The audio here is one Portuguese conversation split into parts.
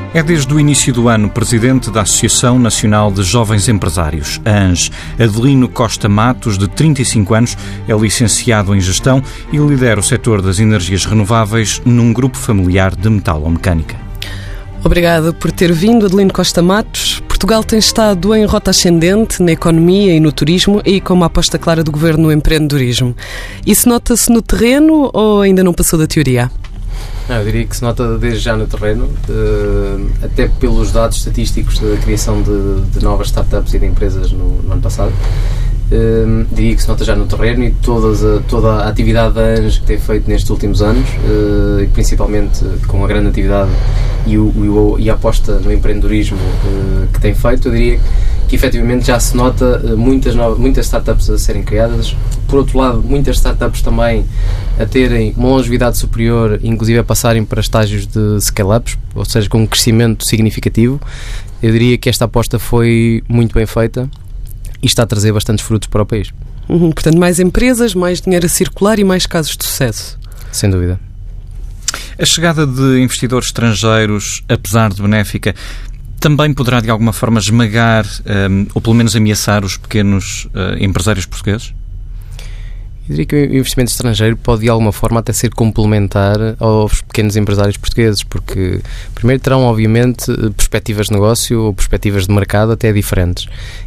É desde o início do ano presidente da Associação Nacional de Jovens Empresários, a ANJ. Adelino Costa Matos, de 35 anos, é licenciado em Gestão e lidera o setor das energias renováveis num grupo familiar de metalomecânica. Obrigada por ter vindo, Adelino Costa Matos. Portugal tem estado em rota ascendente na economia e no turismo e com uma aposta clara do Governo no empreendedorismo. Isso nota-se no terreno ou ainda não passou da teoria? Eu diria que se nota desde já no terreno, até pelos dados estatísticos da criação de novas startups e de empresas no ano passado. Diria que se nota já no terreno e toda a atividade da ANJ que tem feito nestes últimos anos, e principalmente com a grande atividade e a aposta no empreendedorismo que tem feito, eu diria que efetivamente já se nota muitas startups a serem criadas. Por outro lado, muitas startups também a terem uma longevidade superior, inclusive a passarem para estágios de scale-ups, ou seja, com um crescimento significativo. Eu diria que esta aposta foi muito bem feita e está a trazer bastantes frutos para o país. Portanto, mais empresas, mais dinheiro a circular e mais casos de sucesso. Sem dúvida. A chegada de investidores estrangeiros, apesar de benéfica, também poderá de alguma forma esmagar ou pelo menos ameaçar os pequenos empresários portugueses? Eu diria que o investimento estrangeiro pode de alguma forma até ser complementar aos pequenos empresários portugueses, porque primeiro terão obviamente perspectivas de negócio ou perspectivas de mercado até diferentes.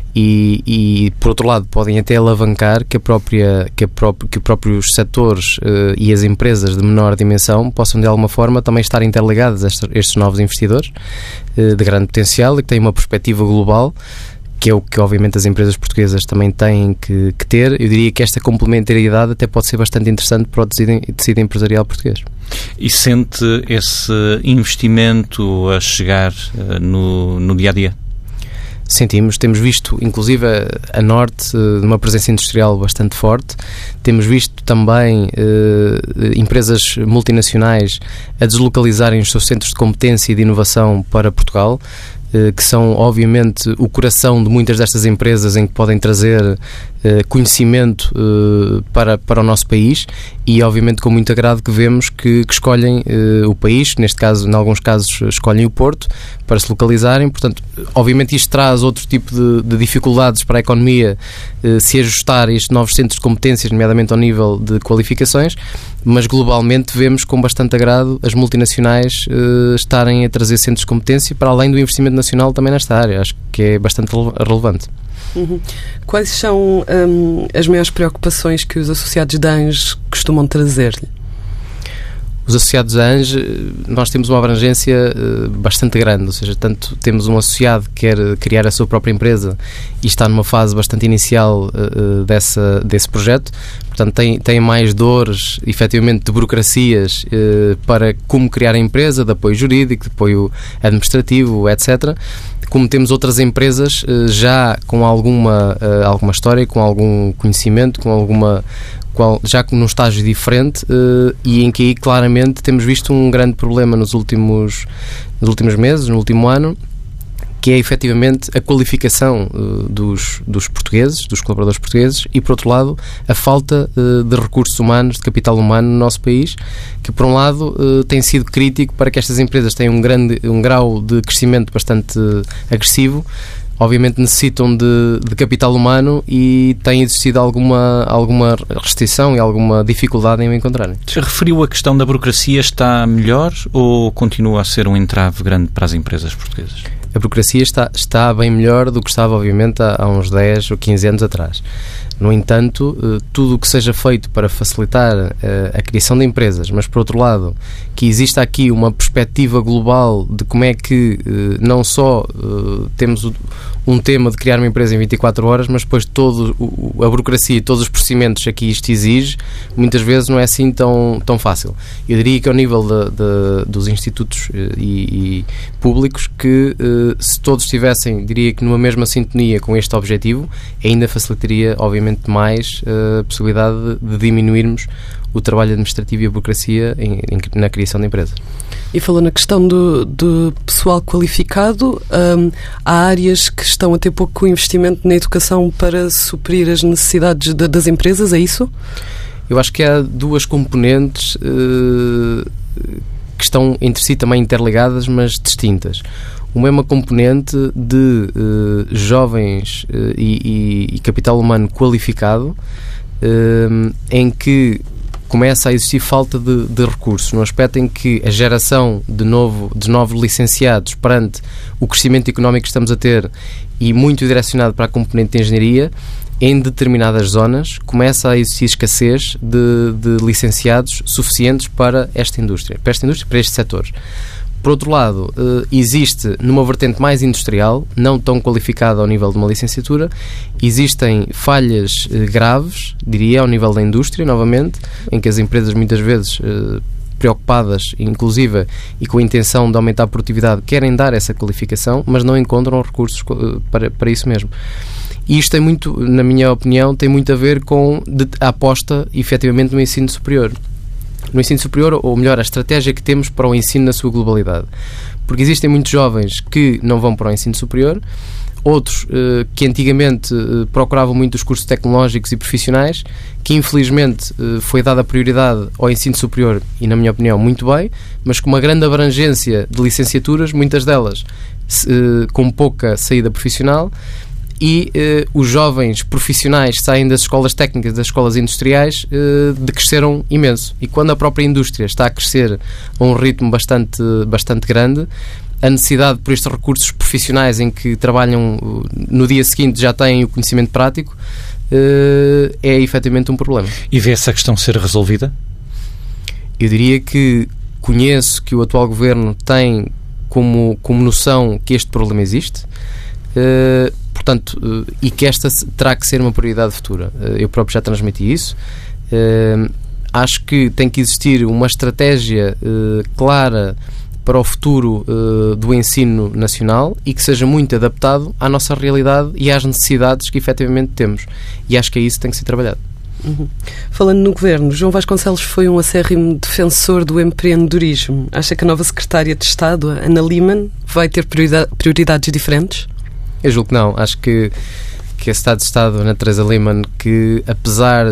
E por outro lado podem até alavancar que os próprios setores e as empresas de menor dimensão possam de alguma forma também estar interligadas a estes novos investidores de grande potencial e que têm uma perspectiva global, que é o que obviamente as empresas portuguesas também têm que ter. Eu diria que esta complementariedade até pode ser bastante interessante para o tecido empresarial português. E sente esse investimento a chegar no dia-a-dia? Sentimos, temos visto inclusive a Norte uma presença industrial bastante forte, temos visto também empresas multinacionais a deslocalizarem os seus centros de competência e de inovação para Portugal, que são obviamente o coração de muitas destas empresas em que podem trazer conhecimento para o nosso país e obviamente com muito agrado que vemos que escolhem o país, neste caso, em alguns casos escolhem o Porto para se localizarem. Portanto, obviamente isto traz outro tipo de dificuldades para a economia se ajustar a estes novos centros de competências, nomeadamente ao nível de qualificações, mas globalmente vemos com bastante agrado as multinacionais estarem a trazer centros de competência para além do investimento nacional também nesta área. Acho que é bastante relevante. Quais são as maiores preocupações que os associados da ANJ costumam trazer-lhe? Os associados da ANJ, nós temos uma abrangência bastante grande, ou seja, tanto temos um associado que quer criar a sua própria empresa e está numa fase bastante inicial desse projeto, portanto tem mais dores, efetivamente, de burocracias para como criar a empresa, de apoio jurídico, de apoio administrativo, etc., como temos outras empresas já com alguma história, com algum conhecimento, já num estágio diferente e em que aí claramente temos visto um grande problema nos últimos meses, no último ano, que é efetivamente a qualificação dos portugueses, dos colaboradores portugueses e, por outro lado, a falta de recursos humanos, de capital humano no nosso país, que por um lado tem sido crítico para que estas empresas tenham um grau de crescimento bastante agressivo. Obviamente necessitam de capital humano e tem existido alguma restrição e alguma dificuldade em o encontrarem. Referiu a questão da burocracia, está melhor ou continua a ser um entrave grande para as empresas portuguesas? A burocracia está bem melhor do que estava, obviamente, há uns 10 ou 15 anos atrás. No entanto, tudo o que seja feito para facilitar a criação de empresas, mas, por outro lado, que exista aqui uma perspectiva global de como é que não só temos um tema de criar uma empresa em 24 horas, mas depois a burocracia e todos os procedimentos a que isto exige, muitas vezes não é assim tão fácil. Eu diria que ao nível dos institutos e públicos que se todos estivessem, diria que numa mesma sintonia com este objetivo, ainda facilitaria, obviamente, mais a possibilidade de diminuirmos o trabalho administrativo e a burocracia na criação de empresas. E falou na questão do pessoal qualificado, há áreas que estão a ter pouco investimento na educação para suprir as necessidades das empresas, é isso? Eu acho que há duas componentes que que estão entre si também interligadas, mas distintas. Uma é uma componente de jovens e capital humano qualificado, em que começa a existir falta de recursos, no aspecto em que a geração de novos licenciados perante o crescimento económico que estamos a ter e muito direcionado para a componente de engenharia, em determinadas zonas começa a existir escassez de licenciados suficientes para esta indústria, para estes setores. Por outro lado, existe numa vertente mais industrial, não tão qualificada ao nível de uma licenciatura, existem falhas graves, diria, ao nível da indústria, novamente, em que as empresas muitas vezes preocupadas, inclusive, e com a intenção de aumentar a produtividade, querem dar essa qualificação, mas não encontram recursos para isso mesmo. E isto tem muito, na minha opinião, tem muito a ver com a aposta, efetivamente, no ensino superior. No ensino superior, ou melhor, a estratégia que temos para o ensino na sua globalidade. Porque existem muitos jovens que não vão para o ensino superior, outros que antigamente procuravam muito os cursos tecnológicos e profissionais, que infelizmente foi dada prioridade ao ensino superior, e na minha opinião muito bem, mas com uma grande abrangência de licenciaturas, muitas delas com pouca saída profissional, e os jovens profissionais saem das escolas técnicas, das escolas industriais, decresceram imenso. E quando a própria indústria está a crescer a um ritmo bastante grande, a necessidade por estes recursos profissionais em que trabalham no dia seguinte já têm o conhecimento prático, é efetivamente um problema. E vê essa questão ser resolvida? Eu diria que conheço que o atual governo tem como noção que este problema existe, portanto, e que esta terá que ser uma prioridade futura. Eu próprio já transmiti isso. Acho que tem que existir uma estratégia clara para o futuro do ensino nacional e que seja muito adaptado à nossa realidade e às necessidades que efetivamente temos. E acho que é isso que tem que ser trabalhado. Uhum. Falando no Governo, João Vasconcelos foi um acérrimo defensor do empreendedorismo. Acha que a nova Secretária de Estado, Ana Lehmann, vai ter prioridades diferentes? Eu julgo que não. Acho que a Secretária de Estado, Ana Teresa Lehmann, que apesar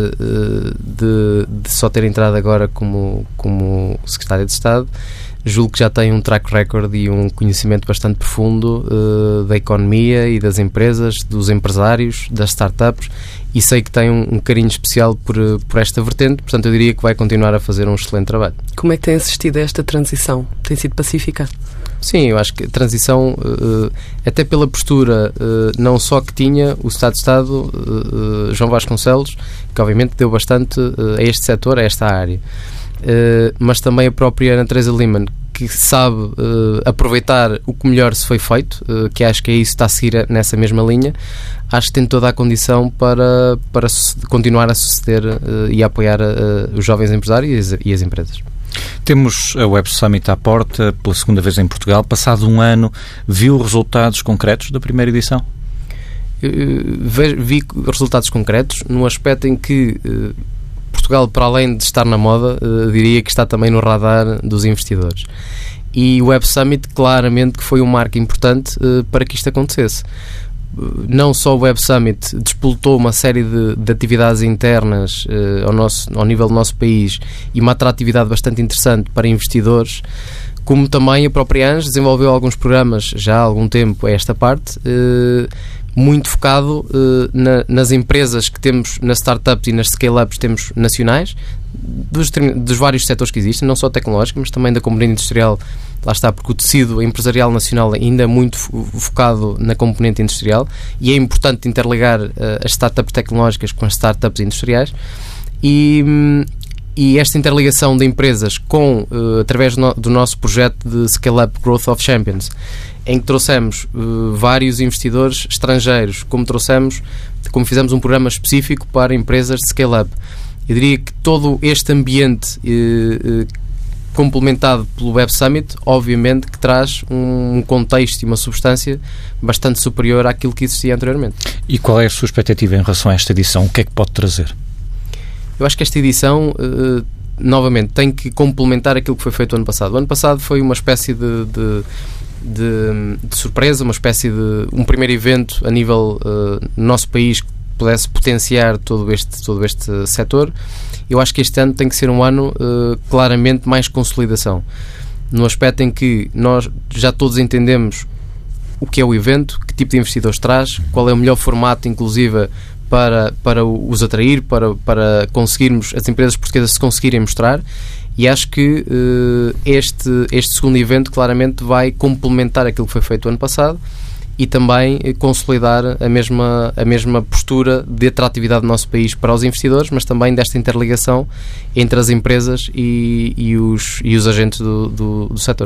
de só ter entrado agora como Secretária de Estado, julgo que já tem um track record e um conhecimento bastante profundo da economia e das empresas, dos empresários, das startups, e sei que tem um carinho especial por esta vertente, portanto eu diria que vai continuar a fazer um excelente trabalho. Como é que tem assistido a esta transição? Tem sido pacífica? Sim, eu acho que a transição, até pela postura não só que tinha o Secretário de Estado, João Vasconcelos, que obviamente deu bastante a este setor, a esta área, mas também a própria Ana Teresa Lehmann, que sabe aproveitar o que melhor se foi feito, que acho que é isso que está a seguir nessa mesma linha. Acho que tem toda a condição para continuar a suceder e a apoiar os jovens empresários e as empresas. Temos a Web Summit à porta, pela segunda vez em Portugal. Passado um ano, viu resultados concretos da primeira edição? Vi resultados concretos no aspecto em que Portugal, para além de estar na moda, diria que está também no radar dos investidores. E o Web Summit, claramente, que foi um marco importante para que isto acontecesse. Não só o Web Summit despoltou uma série de atividades internas ao nível do nosso país e uma atratividade bastante interessante para investidores, como também a própria ANJ desenvolveu alguns programas já há algum tempo a esta parte, muito focado nas empresas que temos, nas startups e nas scale-ups que temos nacionais, dos vários setores que existem, não só tecnológicos, mas também da componente industrial. Lá está, porque o tecido empresarial nacional ainda é muito focado na componente industrial e é importante interligar as startups tecnológicas com as startups industriais e esta interligação de empresas através do nosso projeto de Scale-Up Growth of Champions, em que trouxemos vários investidores estrangeiros, como fizemos um programa específico para empresas de Scale-Up. Eu diria que todo este ambiente complementado pelo Web Summit, obviamente que traz um contexto e uma substância bastante superior àquilo que existia anteriormente. E qual é a sua expectativa em relação a esta edição? O que é que pode trazer? Eu acho que esta edição, novamente, tem que complementar aquilo que foi feito o ano passado. O ano passado foi uma espécie de surpresa, uma espécie de um primeiro evento a nível no nosso país que pudesse potenciar todo este setor. Eu acho que este ano tem que ser um ano claramente mais consolidação. no aspecto em que nós já todos entendemos o que é o evento, que tipo de investidores traz, qual é o melhor formato, inclusive, para os atrair, para conseguirmos, as empresas portuguesas se conseguirem mostrar, e acho que este segundo evento claramente vai complementar aquilo que foi feito o ano passado e também consolidar a mesma postura de atratividade do nosso país para os investidores, mas também desta interligação entre as empresas e os agentes do setor.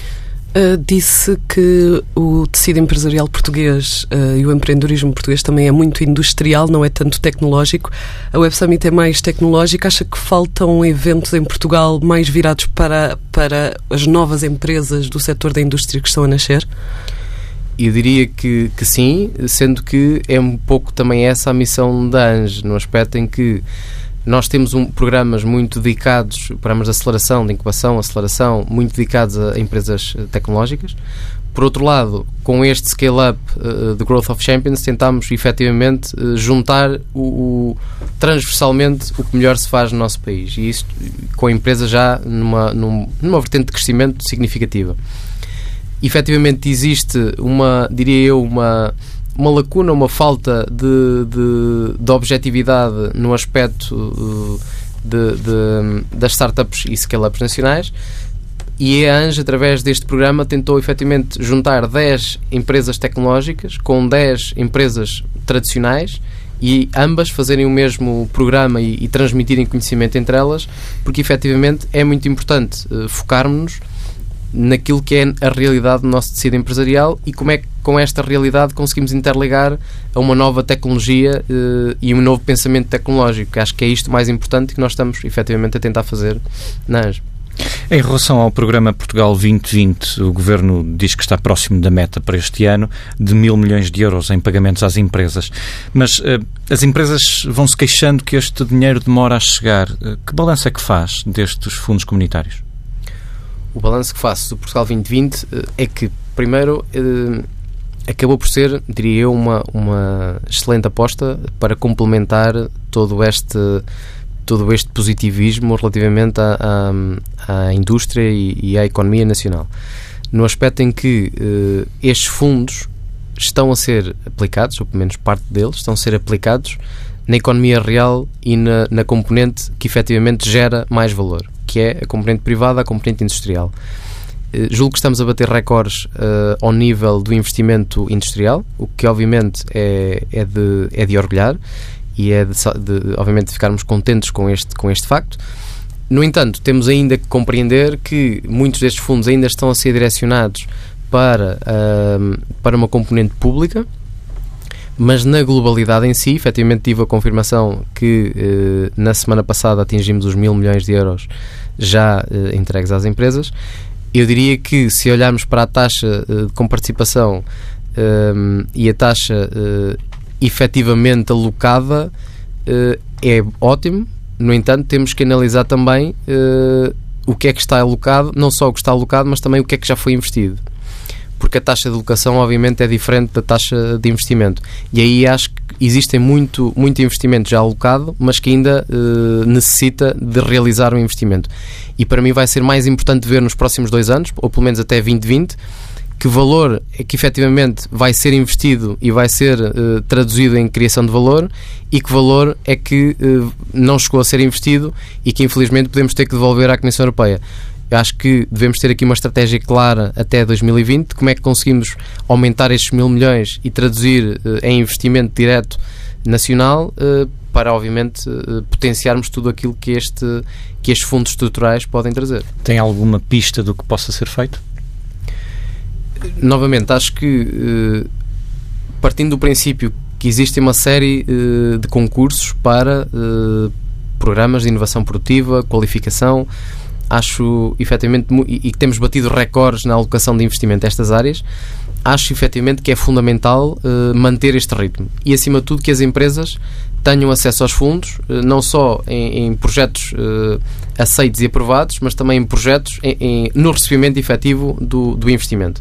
Disse que o tecido empresarial português e o empreendedorismo português também é muito industrial, não é tanto tecnológico. A Web Summit é mais tecnológica. Acha que faltam eventos em Portugal mais virados para as novas empresas do setor da indústria que estão a nascer? Eu diria que sim, sendo que é um pouco também essa a missão da ANGE, no aspecto em que nós temos programas muito dedicados, programas de aceleração, de incubação, aceleração, muito dedicados a empresas tecnológicas. Por outro lado, com este scale-up de Growth of Champions, tentamos efetivamente juntar transversalmente o que melhor se faz no nosso país, e isso com a empresa já numa vertente de crescimento significativa. Efetivamente existe uma lacuna, uma falta de objetividade no aspecto das startups e scale-ups nacionais, e a ANGE, através deste programa, tentou efetivamente juntar 10 empresas tecnológicas com 10 empresas tradicionais e ambas fazerem o mesmo programa e transmitirem conhecimento entre elas, porque efetivamente é muito importante focarmos-nos naquilo que é a realidade do nosso tecido empresarial e como é que com esta realidade conseguimos interligar a uma nova tecnologia e um novo pensamento tecnológico. Acho que é isto mais importante que nós estamos efetivamente a tentar fazer na ANGE. Em relação ao programa Portugal 2020, o Governo diz que está próximo da meta para este ano de 1.000 milhões de euros em pagamentos às empresas. Mas as empresas vão se queixando que este dinheiro demora a chegar. Que balanço é que faz destes fundos comunitários? O balanço que faço do Portugal 2020 é que, primeiro, acabou por ser, diria eu, uma excelente aposta para complementar todo este positivismo relativamente à indústria e à economia nacional. No aspecto em que estes fundos estão a ser aplicados, ou pelo menos parte deles, estão a ser aplicados na economia real e na componente que efetivamente gera mais valor, que é a componente privada, a componente industrial. Julgo que estamos a bater recordes ao nível do investimento industrial, o que obviamente é de orgulhar e é de obviamente ficarmos contentes com este facto. No entanto, temos ainda que compreender que muitos destes fundos ainda estão a ser direcionados para uma componente pública, mas na globalidade em si, efetivamente tive a confirmação que na semana passada atingimos os 1.000 milhões de euros já entregues às empresas. Eu diria que, se olharmos para a taxa de comparticipação e a taxa efetivamente alocada, é ótimo. No entanto, temos que analisar também o que é que está alocado, não só o que está alocado, mas também o que é que já foi investido, porque a taxa de alocação obviamente é diferente da taxa de investimento, e aí acho que existe muito investimento já alocado, mas que ainda necessita de realizar um investimento, e para mim vai ser mais importante ver nos próximos 2 anos, ou pelo menos até 2020, que valor é que efetivamente vai ser investido e vai ser traduzido em criação de valor, e que valor é que não chegou a ser investido e que infelizmente podemos ter que devolver à Comissão Europeia. Eu acho que devemos ter aqui uma estratégia clara até 2020, como é que conseguimos aumentar estes 1.000 milhões e traduzir em investimento direto nacional para, obviamente, potenciarmos tudo aquilo que estes fundos estruturais podem trazer. Tem alguma pista do que possa ser feito? Novamente, acho que partindo do princípio que existe uma série de concursos para programas de inovação produtiva, qualificação, acho efetivamente, e que temos batido recordes na alocação de investimento a estas áreas, acho efetivamente que é fundamental manter este ritmo e, acima de tudo, que as empresas tenham acesso aos fundos, não só em projetos aceitos e aprovados, mas também em projetos no recebimento efetivo do investimento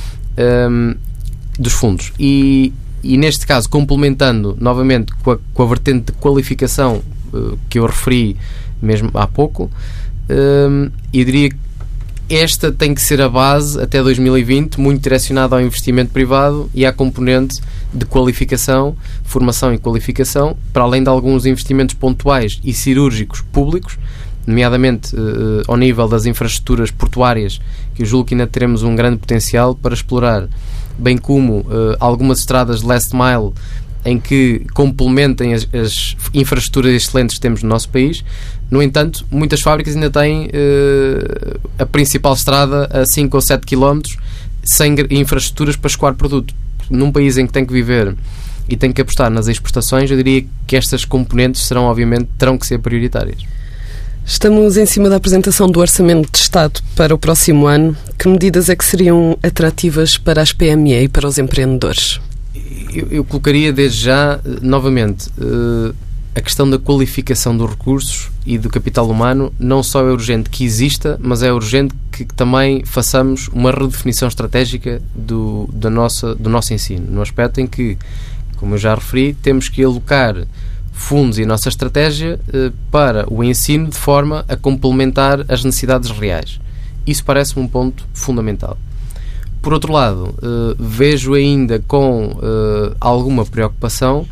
dos fundos. E neste caso, complementando novamente com a vertente de qualificação que eu referi mesmo há pouco, eu diria que esta tem que ser a base até 2020, muito direcionada ao investimento privado e à componente de qualificação, formação e qualificação, para além de alguns investimentos pontuais e cirúrgicos públicos, nomeadamente ao nível das infraestruturas portuárias, que eu julgo que ainda teremos um grande potencial para explorar, bem como algumas estradas de last mile em que complementem as infraestruturas excelentes que temos no nosso país. No entanto, muitas fábricas ainda têm a principal estrada a 5 ou 7 km sem infraestruturas para escoar produto. Num país em que tem que viver e tem que apostar nas exportações, eu diria que estas componentes terão que ser prioritárias. Estamos em cima da apresentação do Orçamento de Estado para o próximo ano. Que medidas é que seriam atrativas para as PME e para os empreendedores? Eu colocaria desde já, novamente, a questão da qualificação dos recursos e do capital humano. Não só é urgente que exista, mas é urgente que também façamos uma redefinição estratégica do nosso ensino, no aspecto em que, como eu já referi, temos que alocar fundos e a nossa estratégia para o ensino de forma a complementar as necessidades reais. Isso parece-me um ponto fundamental. Por outro lado, vejo ainda com alguma preocupação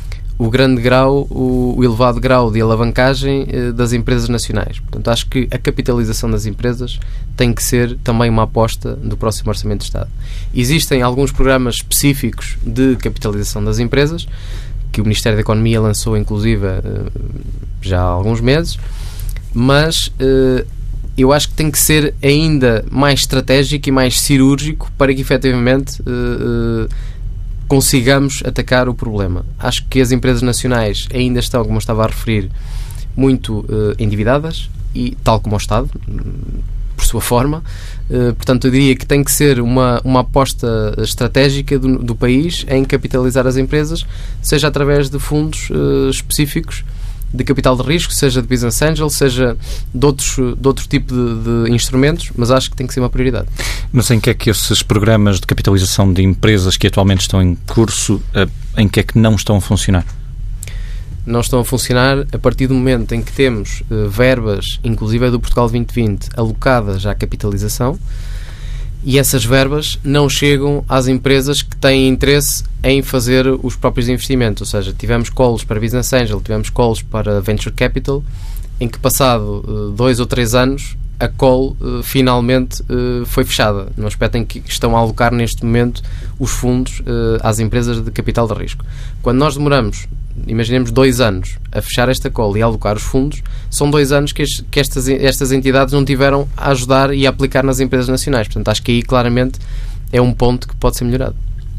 o elevado grau de alavancagem das empresas nacionais. Portanto, acho que a capitalização das empresas tem que ser também uma aposta do próximo Orçamento de Estado. Existem alguns programas específicos de capitalização das empresas, que o Ministério da Economia lançou, inclusive, já há alguns meses, mas eu acho que tem que ser ainda mais estratégico e mais cirúrgico para que, efetivamente, consigamos atacar o problema. Acho que as empresas nacionais ainda estão, como eu estava a referir, muito endividadas, e tal como o Estado, por sua forma. Portanto, eu diria que tem que ser uma aposta estratégica do país em capitalizar as empresas, seja através de fundos específicos de capital de risco, seja de business angel, seja de outro tipo de instrumentos, mas acho que tem que ser uma prioridade. Mas em que é que esses programas de capitalização de empresas que atualmente estão em curso, em que é que não estão a funcionar? Não estão a funcionar a partir do momento em que temos verbas, inclusive do Portugal 2020, alocadas à capitalização, e essas verbas não chegam às empresas que têm interesse em fazer os próprios investimentos. Ou seja, tivemos calls para Business Angel, tivemos calls para Venture Capital, em que passado 2 ou 3 anos a call finalmente foi fechada, no aspecto em que estão a alocar neste momento os fundos às empresas de capital de risco. Quando nós demoramos, imaginemos 2 anos a fechar esta call e a alocar os fundos, são 2 anos que estas entidades não tiveram a ajudar e a aplicar nas empresas nacionais. Portanto, acho que aí claramente é um ponto que pode ser melhorado.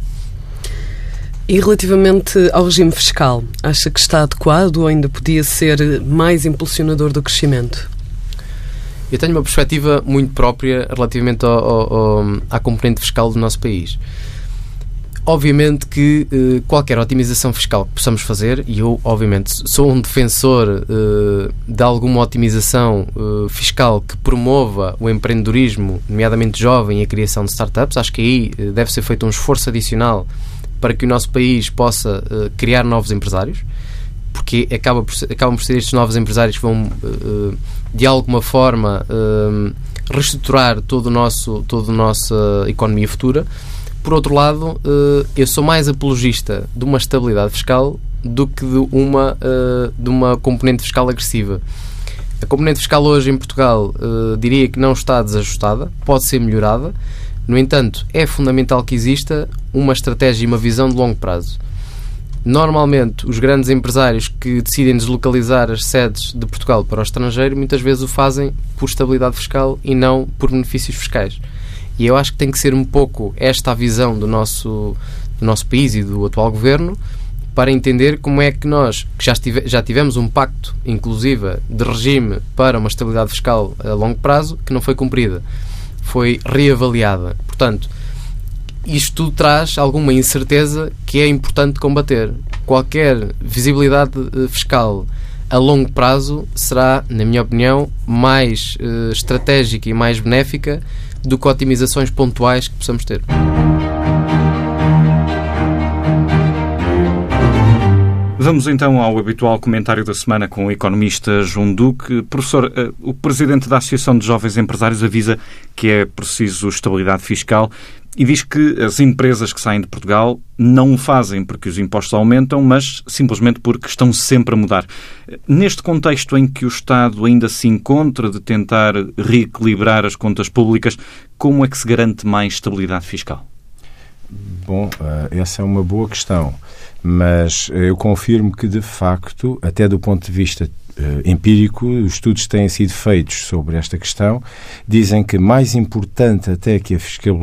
E relativamente ao regime fiscal, acha que está adequado ou ainda podia ser mais impulsionador do crescimento? Eu tenho uma perspectiva muito própria relativamente à componente fiscal do nosso país. Obviamente que qualquer otimização fiscal que possamos fazer, e eu obviamente sou um defensor de alguma otimização fiscal que promova o empreendedorismo, nomeadamente jovem, e a criação de startups, acho que aí deve ser feito um esforço adicional para que o nosso país possa criar novos empresários, porque acabam por ser estes novos empresários que vão de alguma forma reestruturar toda a nossa economia futura. Por outro lado, eu sou mais apologista de uma estabilidade fiscal do que de uma componente fiscal agressiva. A componente fiscal hoje em Portugal diria que não está desajustada, pode ser melhorada. No entanto, é fundamental que exista uma estratégia e uma visão de longo prazo. Normalmente, os grandes empresários que decidem deslocalizar as sedes de Portugal para o estrangeiro, muitas vezes o fazem por estabilidade fiscal e não por benefícios fiscais. E eu acho que tem que ser um pouco esta a visão do nosso país e do atual governo, para entender como é que nós, que já tivemos um pacto, inclusive, de regime para uma estabilidade fiscal a longo prazo, que não foi cumprida, foi reavaliada. Portanto, isto tudo traz alguma incerteza que é importante combater. Qualquer visibilidade fiscal a longo prazo será, na minha opinião, mais estratégica e mais benéfica do que otimizações pontuais que possamos ter. Vamos então ao habitual comentário da semana com o economista João Duque. Professor, o presidente da Associação de Jovens Empresários avisa que é preciso estabilidade fiscal e diz que as empresas que saem de Portugal não o fazem porque os impostos aumentam, mas simplesmente porque estão sempre a mudar. Neste contexto em que o Estado ainda se encontra de tentar reequilibrar as contas públicas, como é que se garante mais estabilidade fiscal? Bom, essa é uma boa questão, mas eu confirmo que, de facto, até do ponto de vista empírico, os estudos que têm sido feitos sobre esta questão dizem que mais importante até que a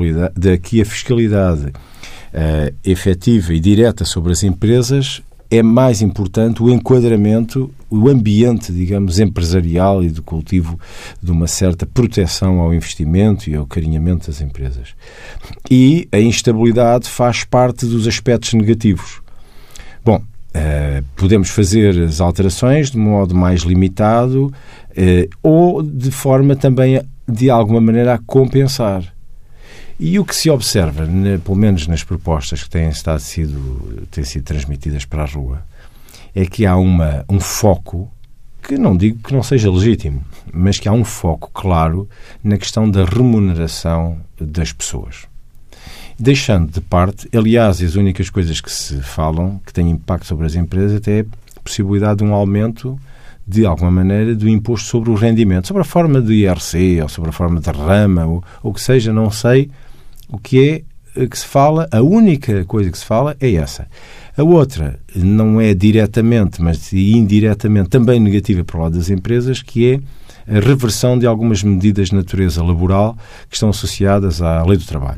fiscalidade efetiva e direta sobre as empresas é mais importante o enquadramento, o ambiente, digamos, empresarial e do cultivo de uma certa proteção ao investimento e ao acarinhamento das empresas. E a instabilidade faz parte dos aspectos negativos. Bom, podemos fazer as alterações de modo mais limitado ou de forma também, de alguma maneira, a compensar. E o que se observa, pelo menos nas propostas que têm sido transmitidas para a rua, é que há um foco, que não digo que não seja legítimo, mas que há um foco claro na questão da remuneração das pessoas. Deixando de parte, aliás, as únicas coisas que se falam, que têm impacto sobre as empresas, até é a possibilidade de um aumento, de alguma maneira, do imposto sobre o rendimento, sobre a forma de IRC, ou sobre a forma de rama, ou o que seja, não sei. O que é que se fala, a única coisa que se fala é essa. A outra não é diretamente, mas indiretamente também negativa para o lado das empresas, que é a reversão de algumas medidas de natureza laboral que estão associadas à lei do trabalho.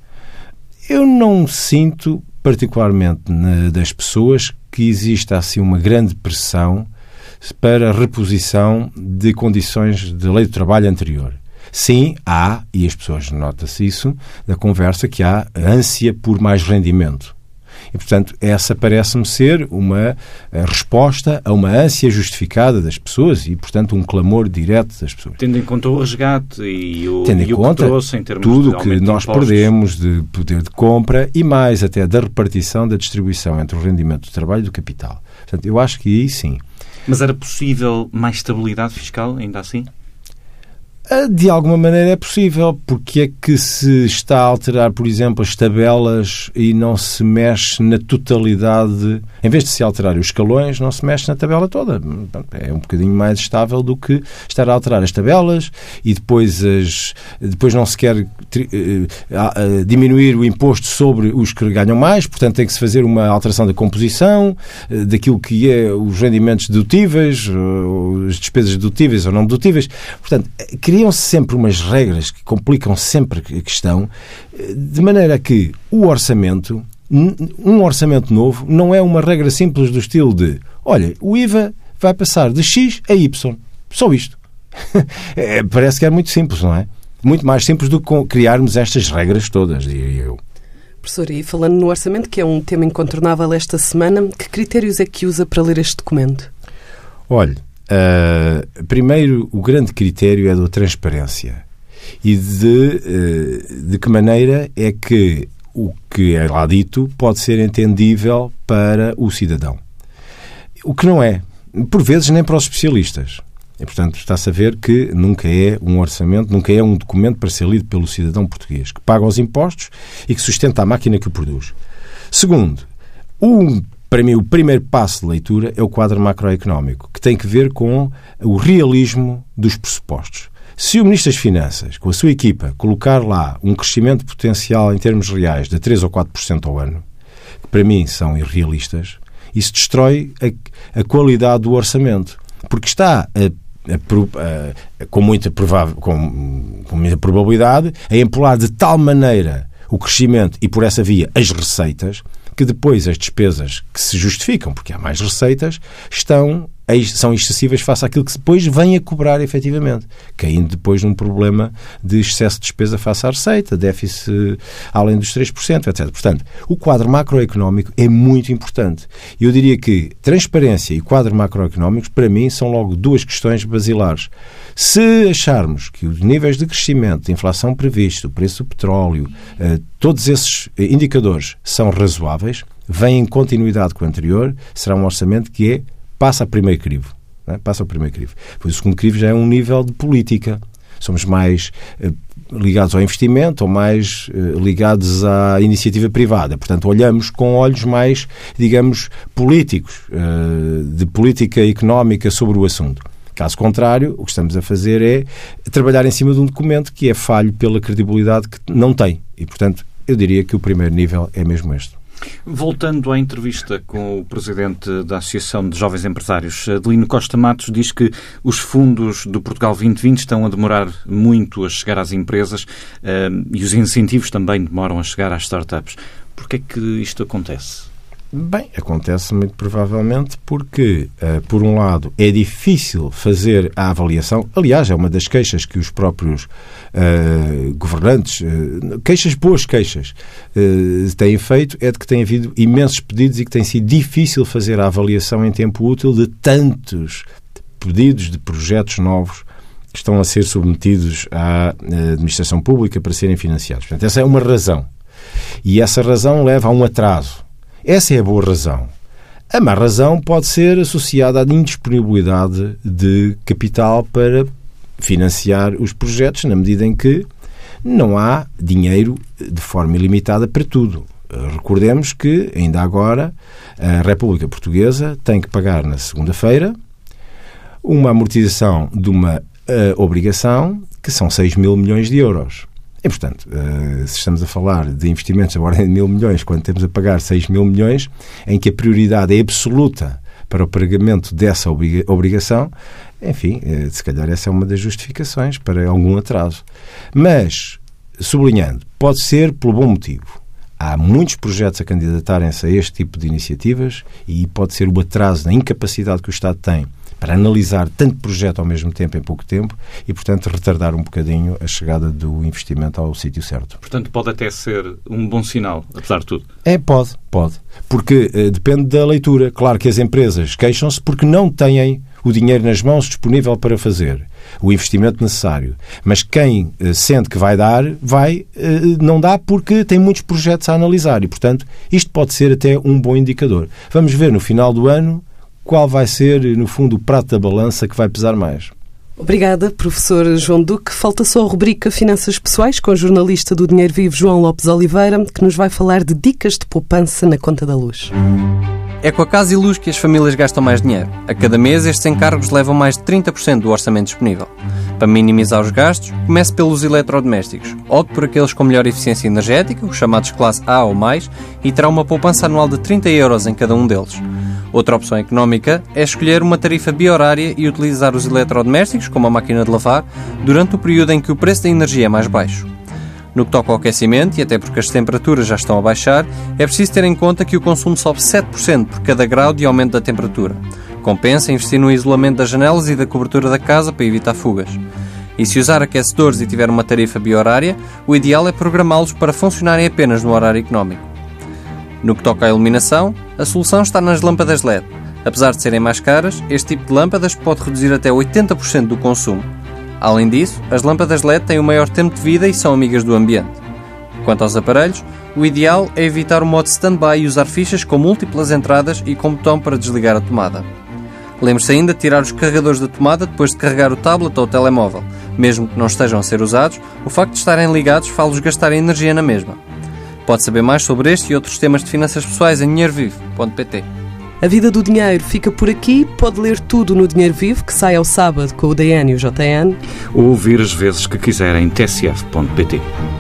Eu não sinto, particularmente das pessoas, que exista assim uma grande pressão para a reposição de condições de lei do trabalho anterior. Sim, há, e as pessoas nota-se isso, da conversa, que há ânsia por mais rendimento. E, portanto, essa parece-me ser uma resposta a uma ânsia justificada das pessoas e, portanto, um clamor direto das pessoas. Tendo em conta o resgate e o que trouxe em termos tudo de aumento que nós perdemos de poder de compra e mais até da repartição, da distribuição entre o rendimento do trabalho e do capital. Portanto, eu acho que aí sim. Mas era possível mais estabilidade fiscal, ainda assim? De alguma maneira é possível, porque é que se está a alterar, por exemplo, as tabelas e não se mexe na totalidade, em vez de se alterar os escalões, não se mexe na tabela toda. É um bocadinho mais estável do que estar a alterar as tabelas e depois não se quer diminuir o imposto sobre os que ganham mais, portanto tem que se fazer uma alteração da composição, daquilo que é os rendimentos dedutíveis, as despesas dedutíveis ou não dedutíveis. Portanto, criam-se sempre umas regras que complicam sempre a questão, de maneira que um orçamento novo não é uma regra simples do estilo de, olha, o IVA vai passar de X a Y. Só isto. Parece que é muito simples, não é? Muito mais simples do que criarmos estas regras todas, diria eu. Professor, e falando no orçamento, que é um tema incontornável esta semana, que critérios é que usa para ler este documento? Olha, primeiro, o grande critério é da transparência e de que maneira é que o que é lá dito pode ser entendível para o cidadão. O que não é, por vezes, nem para os especialistas. E, portanto, está-se a ver que nunca é um orçamento, nunca é um documento para ser lido pelo cidadão português, que paga os impostos e que sustenta a máquina que o produz. Segundo, para mim, o primeiro passo de leitura é o quadro macroeconómico, que tem que ver com o realismo dos pressupostos. Se o Ministro das Finanças, com a sua equipa, colocar lá um crescimento potencial em termos reais de 3 ou 4% ao ano, que para mim são irrealistas, isso destrói a qualidade do orçamento, porque está com muita probabilidade a empolar de tal maneira o crescimento e, por essa via, as receitas, que depois as despesas que se justificam, porque há mais receitas, estão são excessivas face àquilo que depois vem a cobrar efetivamente, caindo depois num problema de excesso de despesa face à receita, déficit além dos 3%, etc. Portanto, o quadro macroeconómico é muito importante. Eu diria que transparência e quadro macroeconómico, para mim, são logo duas questões basilares. Se acharmos que os níveis de crescimento, de inflação previsto, o preço do petróleo, todos esses indicadores são razoáveis, vêm em continuidade com o anterior, será um orçamento que passa a primeiro crivo. Não é? Passa ao primeiro crivo. Pois o segundo crivo já é um nível de política. Somos mais ligados ao investimento ou mais ligados à iniciativa privada. Portanto, olhamos com olhos mais, digamos, políticos, de política económica sobre o assunto. Caso contrário, o que estamos a fazer é trabalhar em cima de um documento que é falho pela credibilidade que não tem. E, portanto, eu diria que o primeiro nível é mesmo este. Voltando à entrevista com o Presidente da Associação de Jovens Empresários, Adelino Costa Matos diz que os fundos do Portugal 2020 estão a demorar muito a chegar às empresas e os incentivos também demoram a chegar às startups. Porquê é que isto acontece? Bem, acontece muito provavelmente porque, por um lado, é difícil fazer a avaliação. Aliás, é uma das queixas que os próprios governantes, boas queixas, têm feito, é de que tem havido imensos pedidos e que tem sido difícil fazer a avaliação em tempo útil de tantos pedidos de projetos novos que estão a ser submetidos à administração pública para serem financiados. Portanto, essa é uma razão. E essa razão leva a um atraso. Essa é a boa razão. A má razão pode ser associada à indisponibilidade de capital para financiar os projetos, na medida em que não há dinheiro de forma ilimitada para tudo. Recordemos que, ainda agora, a República Portuguesa tem que pagar na segunda-feira uma amortização de uma obrigação que são 6 mil milhões de euros. E, portanto, se estamos a falar de investimentos da ordem de 1.000 milhões, quando temos a pagar 6 mil milhões, em que a prioridade é absoluta para o pagamento dessa obrigação, enfim, se calhar essa é uma das justificações para algum atraso. Mas, sublinhando, pode ser pelo bom motivo. Há muitos projetos a candidatarem-se a este tipo de iniciativas e pode ser o atraso na incapacidade que o Estado tem para analisar tanto projeto ao mesmo tempo, em pouco tempo, e, portanto, retardar um bocadinho a chegada do investimento ao sítio certo. Portanto, pode até ser um bom sinal, apesar de tudo. Pode. Porque depende da leitura. Claro que as empresas queixam-se porque não têm o dinheiro nas mãos disponível para fazer o investimento necessário. Mas quem sente que vai dar, não dá porque tem muitos projetos a analisar. E, portanto, isto pode ser até um bom indicador. Vamos ver no final do ano qual vai ser, no fundo, o prato da balança que vai pesar mais. Obrigada, professor João Duque. Falta só a rubrica Finanças Pessoais com o jornalista do Dinheiro Vivo, João Lopes Oliveira, que nos vai falar de dicas de poupança na conta da luz. É com a Casa e Luz que as famílias gastam mais dinheiro. A cada mês, estes encargos levam mais de 30% do orçamento disponível. Para minimizar os gastos, comece pelos eletrodomésticos. Opte por aqueles com melhor eficiência energética, os chamados classe A ou mais, e terá uma poupança anual de 30 euros em cada um deles. Outra opção económica é escolher uma tarifa bi-horária e utilizar os eletrodomésticos, como a máquina de lavar, durante o período em que o preço da energia é mais baixo. No que toca ao aquecimento, e até porque as temperaturas já estão a baixar, é preciso ter em conta que o consumo sobe 7% por cada grau de aumento da temperatura. Compensa investir no isolamento das janelas e da cobertura da casa para evitar fugas. E se usar aquecedores e tiver uma tarifa bi-horária, o ideal é programá-los para funcionarem apenas no horário económico. No que toca à iluminação, a solução está nas lâmpadas LED. Apesar de serem mais caras, este tipo de lâmpadas pode reduzir até 80% do consumo. Além disso, as lâmpadas LED têm o maior tempo de vida e são amigas do ambiente. Quanto aos aparelhos, o ideal é evitar o modo stand-by e usar fichas com múltiplas entradas e com botão para desligar a tomada. Lembre-se ainda de tirar os carregadores da tomada depois de carregar o tablet ou o telemóvel. Mesmo que não estejam a ser usados, o facto de estarem ligados faz-los gastarem energia na mesma. Pode saber mais sobre este e outros temas de finanças pessoais em dinheirovivo.pt. A Vida do Dinheiro fica por aqui. Pode ler tudo no Dinheiro Vivo, que sai ao sábado com o DN e o JN. Ou ouvir as vezes que quiser em tsf.pt.